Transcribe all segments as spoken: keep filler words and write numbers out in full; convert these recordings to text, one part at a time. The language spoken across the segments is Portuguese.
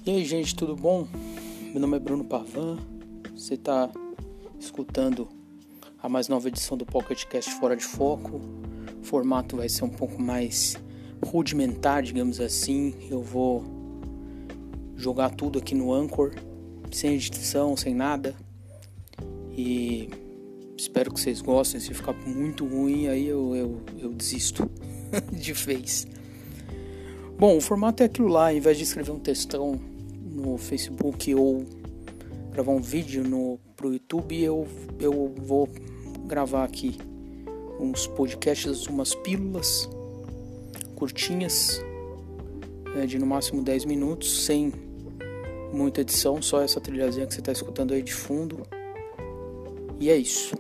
E aí, gente, tudo bom? Meu nome é Bruno Pavan. Você está escutando a mais nova edição do PocketCast Fora de Foco. O formato vai ser um pouco mais rudimentar, digamos assim. Eu vou jogar tudo aqui no Anchor, sem edição, sem nada. E espero que vocês gostem. Se ficar muito ruim, aí eu, eu, eu desisto de vez. Bom, o formato é aquilo lá. Ao invés de escrever um textão no Facebook ou gravar um vídeo no, pro YouTube, eu, eu vou gravar aqui uns podcasts, umas pílulas curtinhas, é, de no máximo dez minutos, sem muita edição, só essa trilhazinha que você está escutando aí de fundo. E é isso.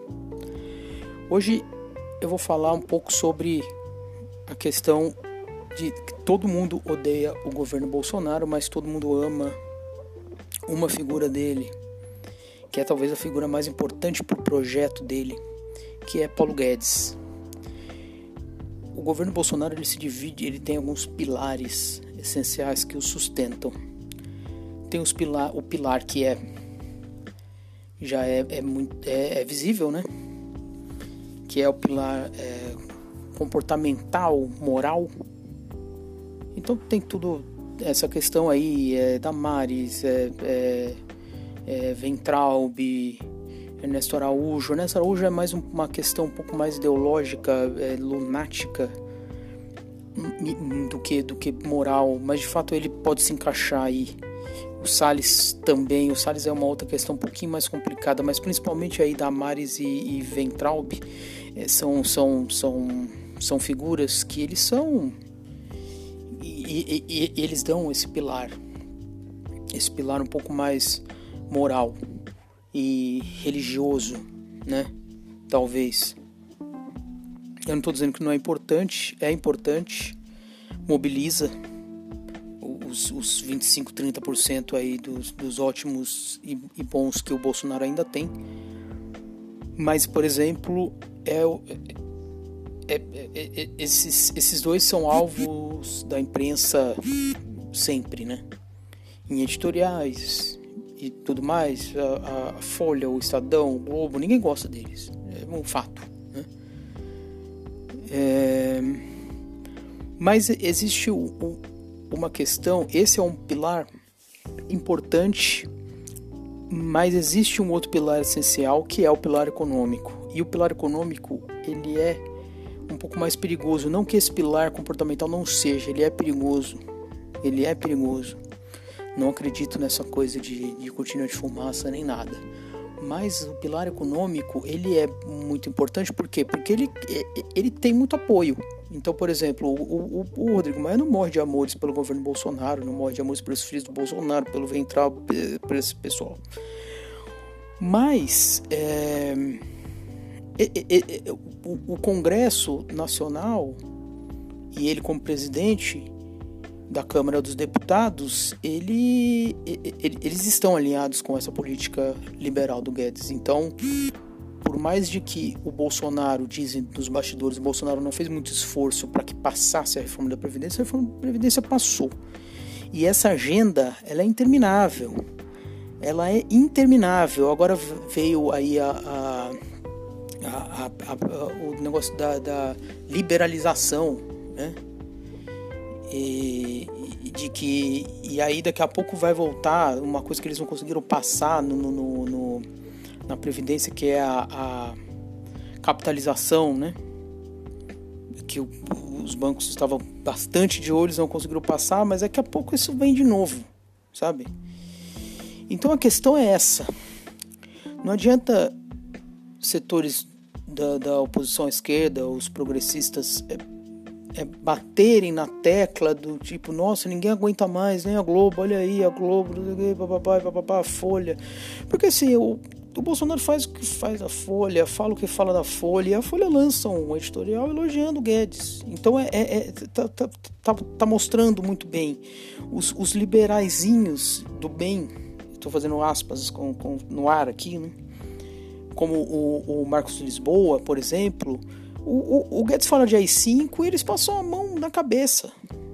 Hoje eu vou falar um pouco sobre a questão de que todo mundo odeia o governo Bolsonaro, mas todo mundo ama uma figura dele, que é talvez a figura mais importante para o projeto dele, que é Paulo Guedes. O governo Bolsonaro ele se divide, ele tem alguns pilares essenciais que o sustentam. Tem os pilar, o pilar que é já é, é, muito, é, é visível, né? Que é o pilar é, comportamental, moral. Então tem tudo essa questão aí é, Damares, é, é, é, Weintraub, Ernesto Araújo. Ernesto Araújo é mais uma questão um pouco mais ideológica, é, lunática do que, do que moral, mas de fato ele pode se encaixar aí. O Salles também, o Salles é uma outra questão um pouquinho mais complicada, mas principalmente aí Damares e, e Weintraub é, são, são, são, são figuras que eles são... E, e, e eles dão esse pilar, esse pilar um pouco mais moral e religioso, né? Talvez. Eu não estou dizendo que não é importante, é importante, mobiliza os, os vinte e cinco, trinta por cento aí dos, dos ótimos e, e bons que o Bolsonaro ainda tem. Mas, por exemplo, é o... É, é, é, esses, esses dois são alvos da imprensa sempre, né? Em editoriais e tudo mais, a, a Folha, o Estadão, o Globo, ninguém gosta deles, é um fato, né? É, mas existe o, o, uma questão, esse é um pilar importante, mas existe um outro pilar essencial que é o pilar econômico, e o pilar econômico ele é um pouco mais perigoso. Não que esse pilar comportamental não seja, ele é perigoso, ele é perigoso. Não acredito nessa coisa de, de cortina de fumaça nem nada. Mas o pilar econômico, ele é muito importante. Por quê? Porque ele, ele tem muito apoio. Então, por exemplo, o, o, o Rodrigo Maia não morre de amores pelo governo Bolsonaro, não morre de amores pelos filhos do Bolsonaro, pelo Weintraub, por esse pessoal. Mas... É... O Congresso Nacional e ele como presidente da Câmara dos Deputados, ele, ele, eles estão alinhados com essa política liberal do Guedes. Então, por mais de que o Bolsonaro, dizem nos bastidores, o Bolsonaro não fez muito esforço para que passasse a reforma da Previdência, a reforma da Previdência passou. E essa agenda, ela é interminável. Ela é interminável. Agora veio aí a... a A, a, a, o negócio da, da liberalização, né? E, e, de que, e aí daqui a pouco vai voltar uma coisa que eles não conseguiram passar no, no, no, na Previdência, que é a, a capitalização, né? Que o, os bancos estavam bastante de olho, não conseguiram passar, mas daqui a pouco isso vem de novo, sabe? Então a questão é essa. Não adianta setores Da, da oposição à esquerda, os progressistas é, é, baterem na tecla do tipo, nossa, ninguém aguenta mais, nem a Globo, olha aí a Globo, papapá, papapá, a Folha, porque assim, o, o Bolsonaro faz o que faz a Folha, fala o que fala da Folha, e a Folha lança um editorial elogiando o Guedes. Então é, é, é tá, tá, tá, tá mostrando muito bem os, os liberaizinhos do bem, estou fazendo aspas com, com, no ar aqui, né? Como o, o Marcos Lisboa, por exemplo, o, o, o Guedes fala de A I cinco e eles passam a mão na cabeça.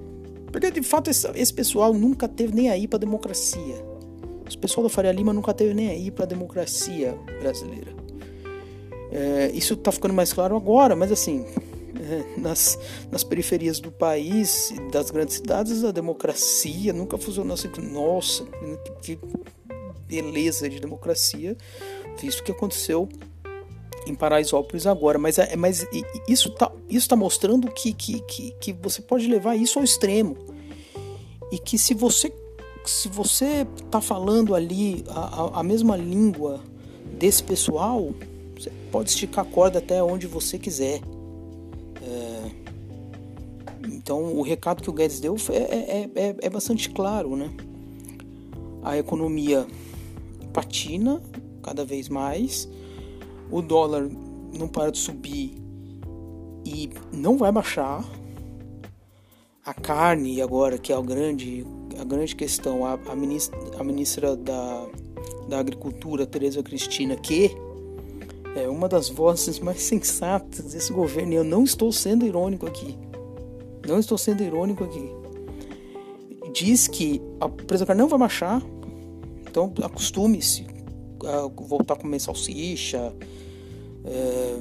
Porque, de fato, esse, esse pessoal nunca teve nem aí para a democracia. Esse pessoal da Faria Lima nunca teve nem aí para a democracia brasileira. É, isso está ficando mais claro agora, mas assim, é, nas, nas periferias do país, das grandes cidades, a democracia nunca funcionou assim. Nossa, que beleza de democracia, visto que aconteceu em Paraisópolis agora. Mas, é, mas isso está isso tá mostrando que, que, que, que você pode levar isso ao extremo. E que se você se você está falando ali a, a, a mesma língua desse pessoal, você pode esticar a corda até onde você quiser. É, então o recado que o Guedes deu é, é, é, é bastante claro, né? A economia patina cada vez mais, o dólar não para de subir e não vai baixar. A carne agora, que é a grande, a grande questão, a, a, ministra, a ministra da, da Agricultura, Tereza Cristina, que é uma das vozes mais sensatas desse governo, e eu não estou sendo irônico aqui, não estou sendo irônico aqui, diz que a preço da carne não vai baixar, então acostume-se a voltar a comer salsicha, é,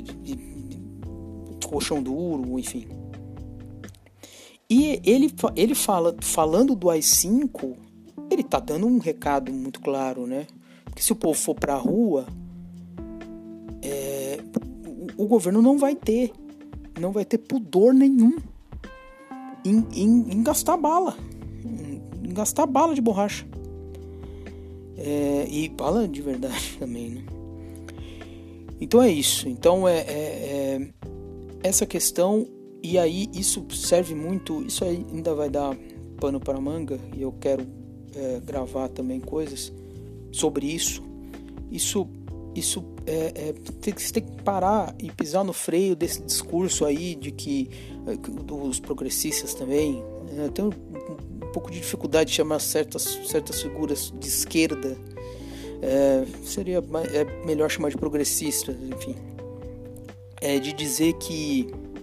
colchão duro, enfim. E ele, ele fala, falando do A I cinco, ele está dando um recado muito claro, né? Porque se o povo for para a rua, é, o, o governo não vai ter, não vai ter pudor nenhum em, em, em gastar bala, em, em gastar bala de borracha. É, e bala de verdade também, né? Então é isso. Então é, é, é essa questão. E aí isso serve muito, isso aí ainda vai dar pano para manga, e eu quero é, gravar também coisas sobre isso. Isso, isso é, é, tem, você tem que parar e pisar no freio desse discurso aí de que dos progressistas também. Eu tenho um, um pouco de dificuldade de chamar certas, certas figuras de esquerda. É, seria é melhor chamar de progressistas, enfim. É de dizer que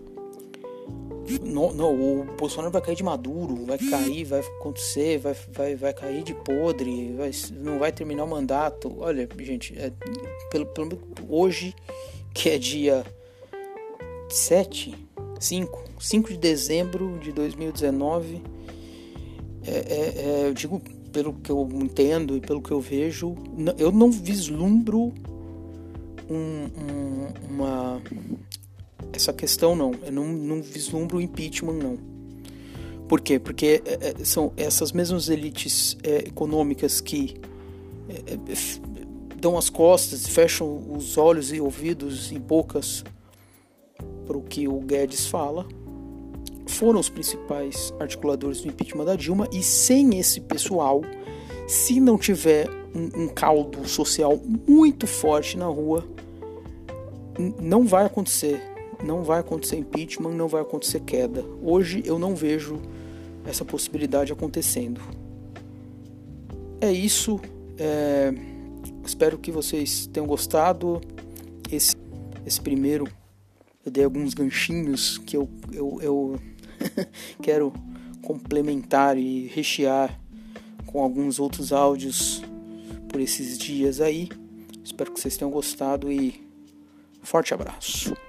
Não, não, o Bolsonaro vai cair de maduro, vai cair, vai acontecer, vai, vai, vai cair de podre, vai, não vai terminar o mandato. Olha, gente, é, pelo, pelo, hoje, que é dia sete, cinco, cinco de dezembro de dois mil e dezenove, é, é, é, eu digo, pelo que eu entendo e pelo que eu vejo, eu não vislumbro um, um, uma... essa questão não, eu não, não vislumbro o impeachment não. Por quê? Porque é, são essas mesmas elites é, econômicas que é, é, dão as costas, fecham os olhos e ouvidos e bocas para o que o Guedes fala, foram os principais articuladores do impeachment da Dilma, e sem esse pessoal, se não tiver um, um caldo social muito forte na rua, n- não vai acontecer. Não vai acontecer impeachment, não vai acontecer queda. Hoje eu não vejo essa possibilidade acontecendo. É isso. É... Espero que vocês tenham gostado. Esse, esse primeiro, eu dei alguns ganchinhos que eu, eu, eu quero complementar e rechear com alguns outros áudios por esses dias aí. Espero que vocês tenham gostado e forte abraço.